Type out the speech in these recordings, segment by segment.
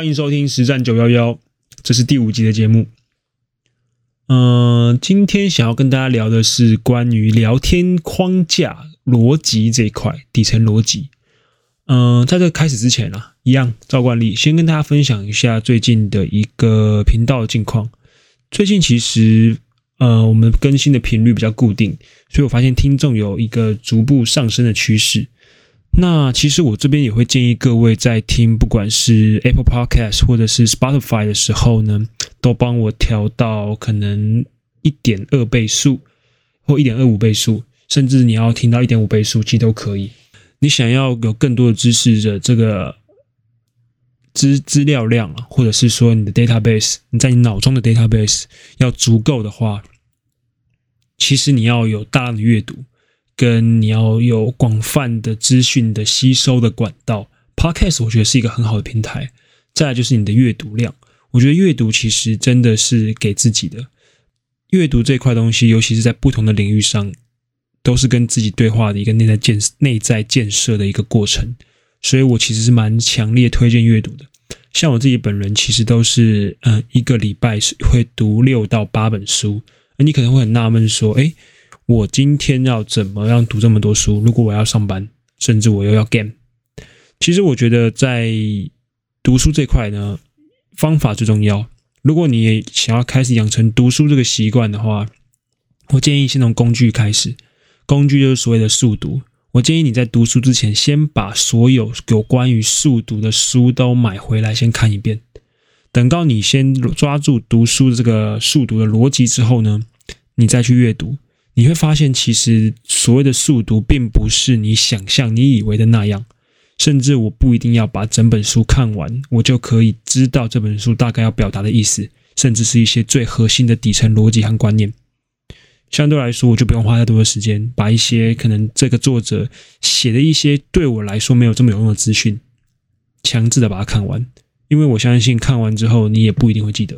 欢迎收听实战911，这是第5集的节目。今天想要跟大家聊的是关于聊天框架逻辑这一块，底层逻辑。在这开始之前啊，一样照惯例，先跟大家分享一下最近的一个频道的近况。最近其实我们更新的频率比较固定，所以我发现听众有一个逐步上升的趋势。那其实我这边也会建议各位在听不管是 Apple Podcast 或者是 Spotify 的时候呢，都帮我调到可能 1.2 倍速或 1.25 倍速，甚至你要听到 1.5 倍速其实都可以。你想要有更多的知识的这个资料量啊，或者是说你的 database， 你在你脑中的 database 要足够的话，其实你要有大量的阅读，跟你要有广泛的资讯的吸收的管道。 Podcast 我觉得是一个很好的平台。再来就是你的阅读量，我觉得阅读其实真的是给自己的。阅读这块东西，尤其是在不同的领域上，都是跟自己对话的一个内在建设的一个过程，所以我其实是蛮强烈推荐阅读的。像我自己本人其实都是一个礼拜会读6到8本书。你可能会很纳闷说，我今天要怎么样读这么多书？如果我要上班，甚至我又要 game。 其实我觉得在读书这块呢，方法最重要。如果你也想要开始养成读书这个习惯的话，我建议先从工具开始。工具就是所谓的速读。我建议你在读书之前，先把所有有关于速读的书都买回来，先看一遍。等到你先抓住读书的这个速读的逻辑之后呢，你再去阅读。你会发现其实所谓的速读并不是你想象你以为的那样，甚至我不一定要把整本书看完，我就可以知道这本书大概要表达的意思，甚至是一些最核心的底层逻辑和观念。相对来说，我就不用花太多的时间把一些可能这个作者写的一些对我来说没有这么有用的资讯强制的把它看完，因为我相信看完之后你也不一定会记得。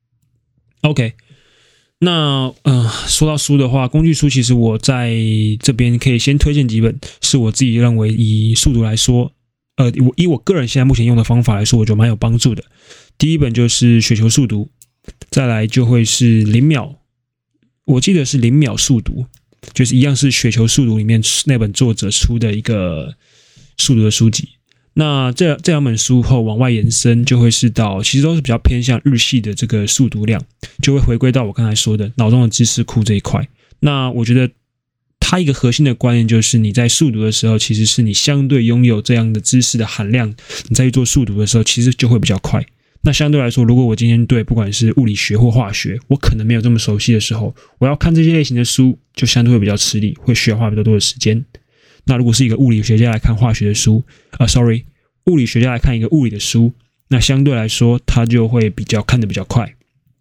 OK，那说到书的话，工具书其实我在这边可以先推荐几本，是我自己认为以速读来说，以我个人现在目前用的方法来说，我觉得蛮有帮助的。第一本就是雪球速读，再来就会是0秒，我记得是0秒速读，就是一样是雪球速读里面那本作者出的一个速读的书籍。那这两本书后往外延伸，就会是到其实都是比较偏向日系的这个速读量，就会回归到我刚才说的脑中的知识库这一块。那我觉得它一个核心的观念就是，你在速读的时候，其实是你相对拥有这样的知识的含量，你在去做速读的时候，其实就会比较快。那相对来说，如果我今天对不管是物理学或化学，我可能没有这么熟悉的时候，我要看这些类型的书，就相对会比较吃力，会需要花比较多的时间。那如果是一个物理学家来看化学的书，物理学家来看一个物理的书，那相对来说他就会看得比较快。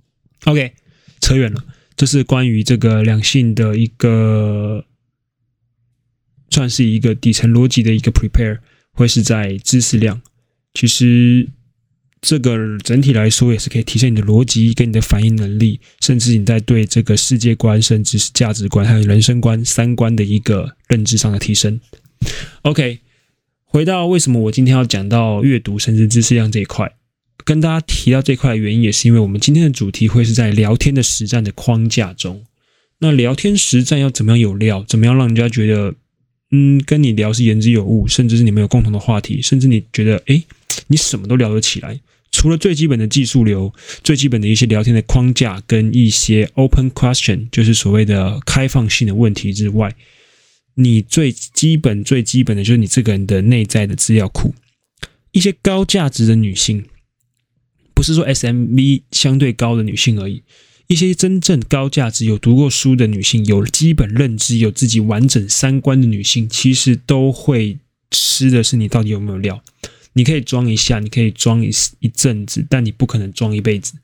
OK， 扯远了。这是关于这个两性的一个算是一个底层逻辑的一个 prepare， 会是在知识量。其实这个整体来说也是可以提升你的逻辑跟你的反应能力，甚至你在对这个世界观甚至是价值观还有人生观三观的一个认知上的提升。 OK， 回到为什么我今天要讲到阅读甚至知识量这一块，跟大家提到这一块的原因，也是因为我们今天的主题会是在聊天的实战的框架中。那聊天实战要怎么样有料，怎么样让人家觉得跟你聊是言之有物，甚至是你们有共同的话题，甚至你觉得你什么都聊得起来。除了最基本的技术流，最基本的一些聊天的框架跟一些 open question， 就是所谓的开放性的问题之外，你最基本的就是你这个人的内在的资料库。一些高价值的女性，不是说 SMV 相对高的女性而已，一些真正高价值有读过书的女性，有基本认知，有自己完整三观的女性，其实都会吃的是你到底有没有料。你可以装一下，你可以装一阵子，但你不可能装一辈子。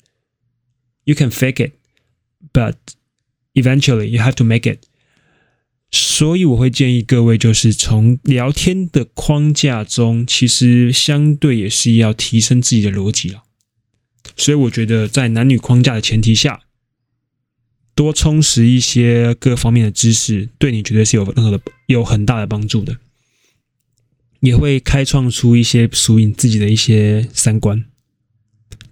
You can fake it, but eventually you have to make it。 所以我会建议各位就是从聊天的框架中，其实相对也是要提升自己的逻辑了。所以我觉得在男女框架的前提下，多充实一些各方面的知识，对你绝对是有很大的帮助的。也会开创出一些属于你自己的一些三观。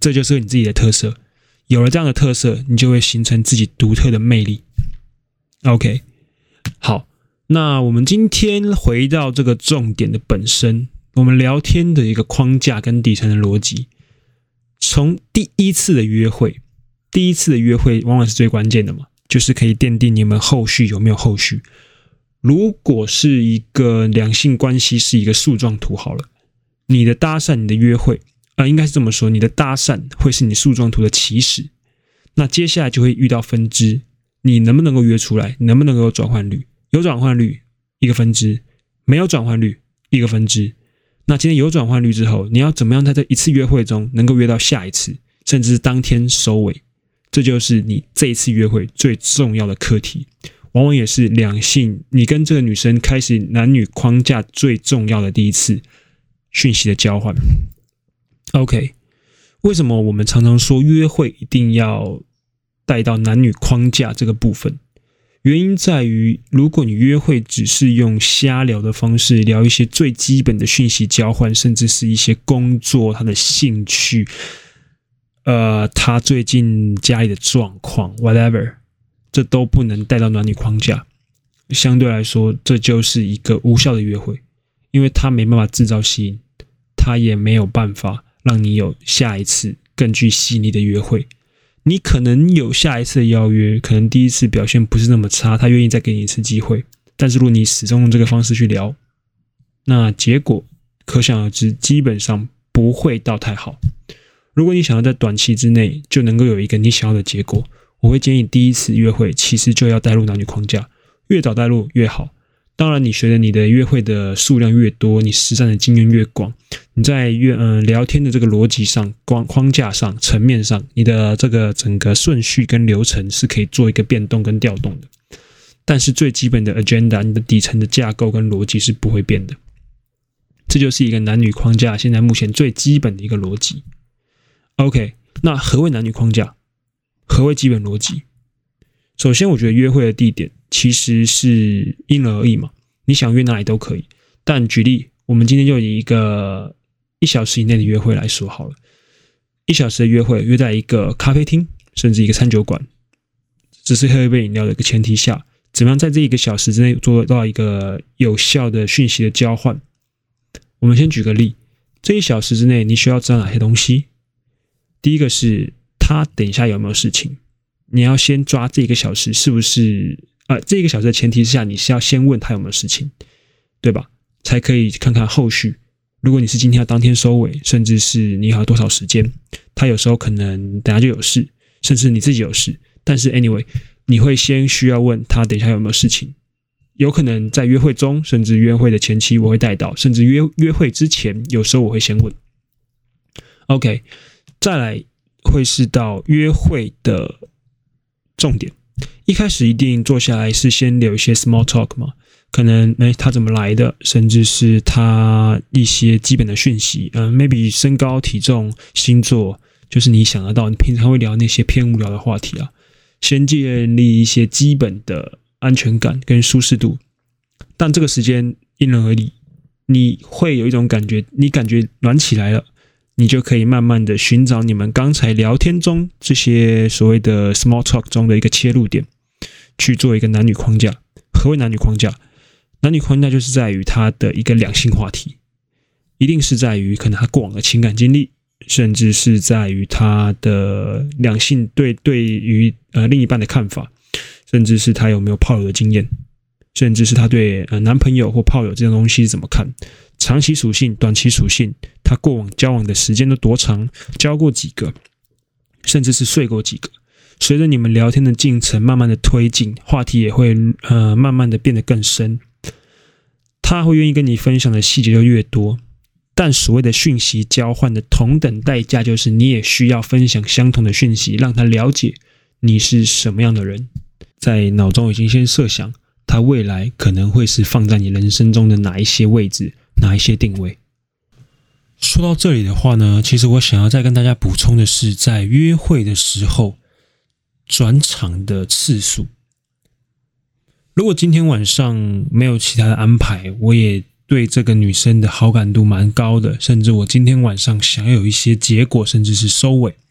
这就是你自己的特色。有了这样的特色，你就会形成自己独特的魅力。OK， 好，那我们今天回到这个重点的本身，我们聊天的一个框架跟底层的逻辑。从第一次的约会往往是最关键的嘛，就是可以奠定你们后续有没有后续。如果是一个两性关系是一个树状图好了，你的搭讪，你的约会应该是这么说，你的搭讪会是你树状图的起始，那接下来就会遇到分支，你能不能够约出来，你能不能够有转换率，有转换率一个分支，没有转换率一个分支。那今天有转换率之后，你要怎么样在这一次约会中能够约到下一次，甚至是当天收尾，这就是你这一次约会最重要的课题，往往也是两性你跟这个女生开始男女框架最重要的第一次讯息的交换。OK， 为什么我们常常说约会一定要带到男女框架这个部分？原因在于，如果你约会只是用瞎聊的方式聊一些最基本的讯息交换，甚至是一些工作、他的兴趣，他最近家里的状况 whatever， 这都不能带到男女框架。相对来说，这就是一个无效的约会，因为他没办法制造吸引，他也没有办法让你有下一次更具吸引力的约会。你可能有下一次的邀约，可能第一次表现不是那么差，他愿意再给你一次机会，但是如果你始终用这个方式去聊，那结果可想而知，基本上不会到太好。如果你想要在短期之内就能够有一个你想要的结果，我会建议第一次约会其实就要带入男女框架，越早带入越好。当然，你随着你的约会的数量越多，你实战的经验越广，你在聊天的这个逻辑上、框架上、层面上，你的这个整个顺序跟流程是可以做一个变动跟调动的。但是最基本的 agenda， 你的底层的架构跟逻辑是不会变的。这就是一个男女框架现在目前最基本的一个逻辑。OK， 那何谓男女框架？何谓基本逻辑？首先，我觉得约会的地点其实是因人而异嘛，你想约哪里都可以。但举例，我们今天就以一个1小时以内的约会来说好了。1小时的约会约在一个咖啡厅，甚至一个餐酒馆，只是喝一杯饮料的一个前提下，怎么样在这1个小时之内做到一个有效的讯息的交换？我们先举个例，这1小时之内你需要知道哪些东西？第一个是他等一下有没有事情，你要先抓这1个小时是不是这1个小时的前提之下，你是要先问他有没有事情，对吧？才可以看看后续。如果你是今天要当天收尾，甚至是你还有多少时间，他有时候可能等下就有事，甚至你自己有事，但是 anyway， 你会先需要问他等一下有没有事情。有可能在约会中，甚至约会的前期我会带到，甚至约会之前，有时候我会先问。OK， 再来会是到约会的重点。一开始一定坐下来是先聊一些 small talk 嘛，可能他怎么来的，甚至是他一些基本的讯息，maybe 身高、体重、星座，就是你想得到，你平常会聊那些偏无聊的话题啊，先建立一些基本的安全感跟舒适度。但这个时间因人而异，你会有一种感觉，你感觉暖起来了，你就可以慢慢的寻找你们刚才聊天中这些所谓的 small talk 中的一个切入点，去做一个男女框架。何谓男女框架？男女框架就是在于他的一个两性话题，一定是在于可能他过往的情感经历，甚至是在于他的两性对于另一半的看法，甚至是他有没有炮友的经验，甚至是他对男朋友或炮友这种东西是怎么看，长期属性、短期属性，他过往交往的时间都多长，交过几个，甚至是睡过几个。随着你们聊天的进程慢慢的推进，话题也会慢慢的变得更深，他会愿意跟你分享的细节就越多。但所谓的讯息交换的同等代价，就是你也需要分享相同的讯息，让他了解你是什么样的人，在脑中已经先设想他未来可能会是放在你人生中的哪一些位置，哪一些定位。说到这里的话呢，其实我想要再跟大家补充的是，在约会的时候转场的次数。如果今天晚上没有其他的安排，我也对这个女生的好感度蛮高的，甚至我今天晚上想要有一些结果，甚至是收尾，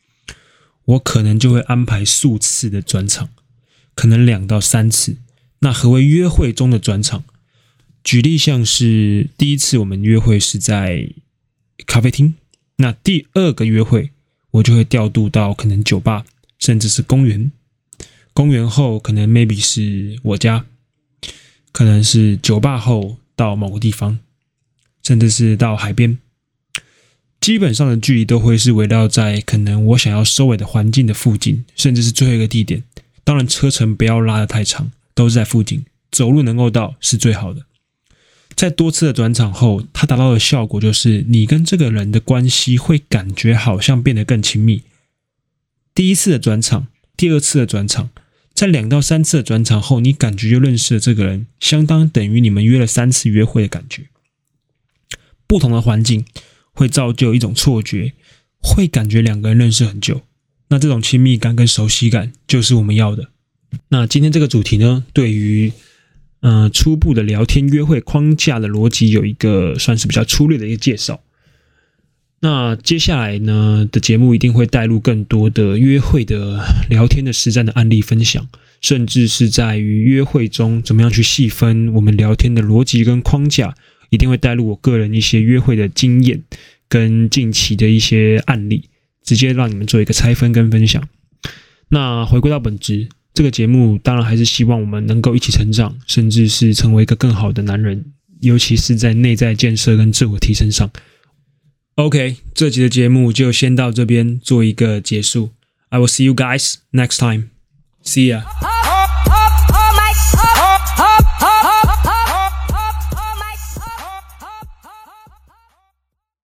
我可能就会安排数次的转场，可能2到3次。那何为约会中的转场？举例像是第一次我们约会是在咖啡厅，那第2个约会我就会调度到可能酒吧，甚至是公园。公园后可能 maybe 是我家，可能是酒吧后到某个地方，甚至是到海边。基本上的距离都会是围绕在可能我想要收尾的环境的附近，甚至是最后一个地点。当然车程不要拉得太长，都是在附近，走路能够到是最好的。在多次的转场后，它达到的效果就是你跟这个人的关系会感觉好像变得更亲密。第1次的转场，第2次的转场，在2到3次的转场后，你感觉就认识了这个人，相当等于你们约了3次约会的感觉。不同的环境会造就一种错觉，会感觉2个人认识很久。那这种亲密感跟熟悉感就是我们要的。那今天这个主题呢，对于初步的聊天约会框架的逻辑有一个算是比较粗略的一个介绍。那接下来呢的节目一定会带入更多的约会的聊天的实战的案例分享，甚至是在于约会中怎么样去细分我们聊天的逻辑跟框架，一定会带入我个人一些约会的经验跟近期的一些案例，直接让你们做一个拆分跟分享。那回归到本质，这个节目当然还是希望我们能够一起成长，甚至是成为一个更好的男人，尤其是在内在建设跟自我提升上。OK， 这集的节目就先到这边做一个结束。I will see you guys next time. See ya.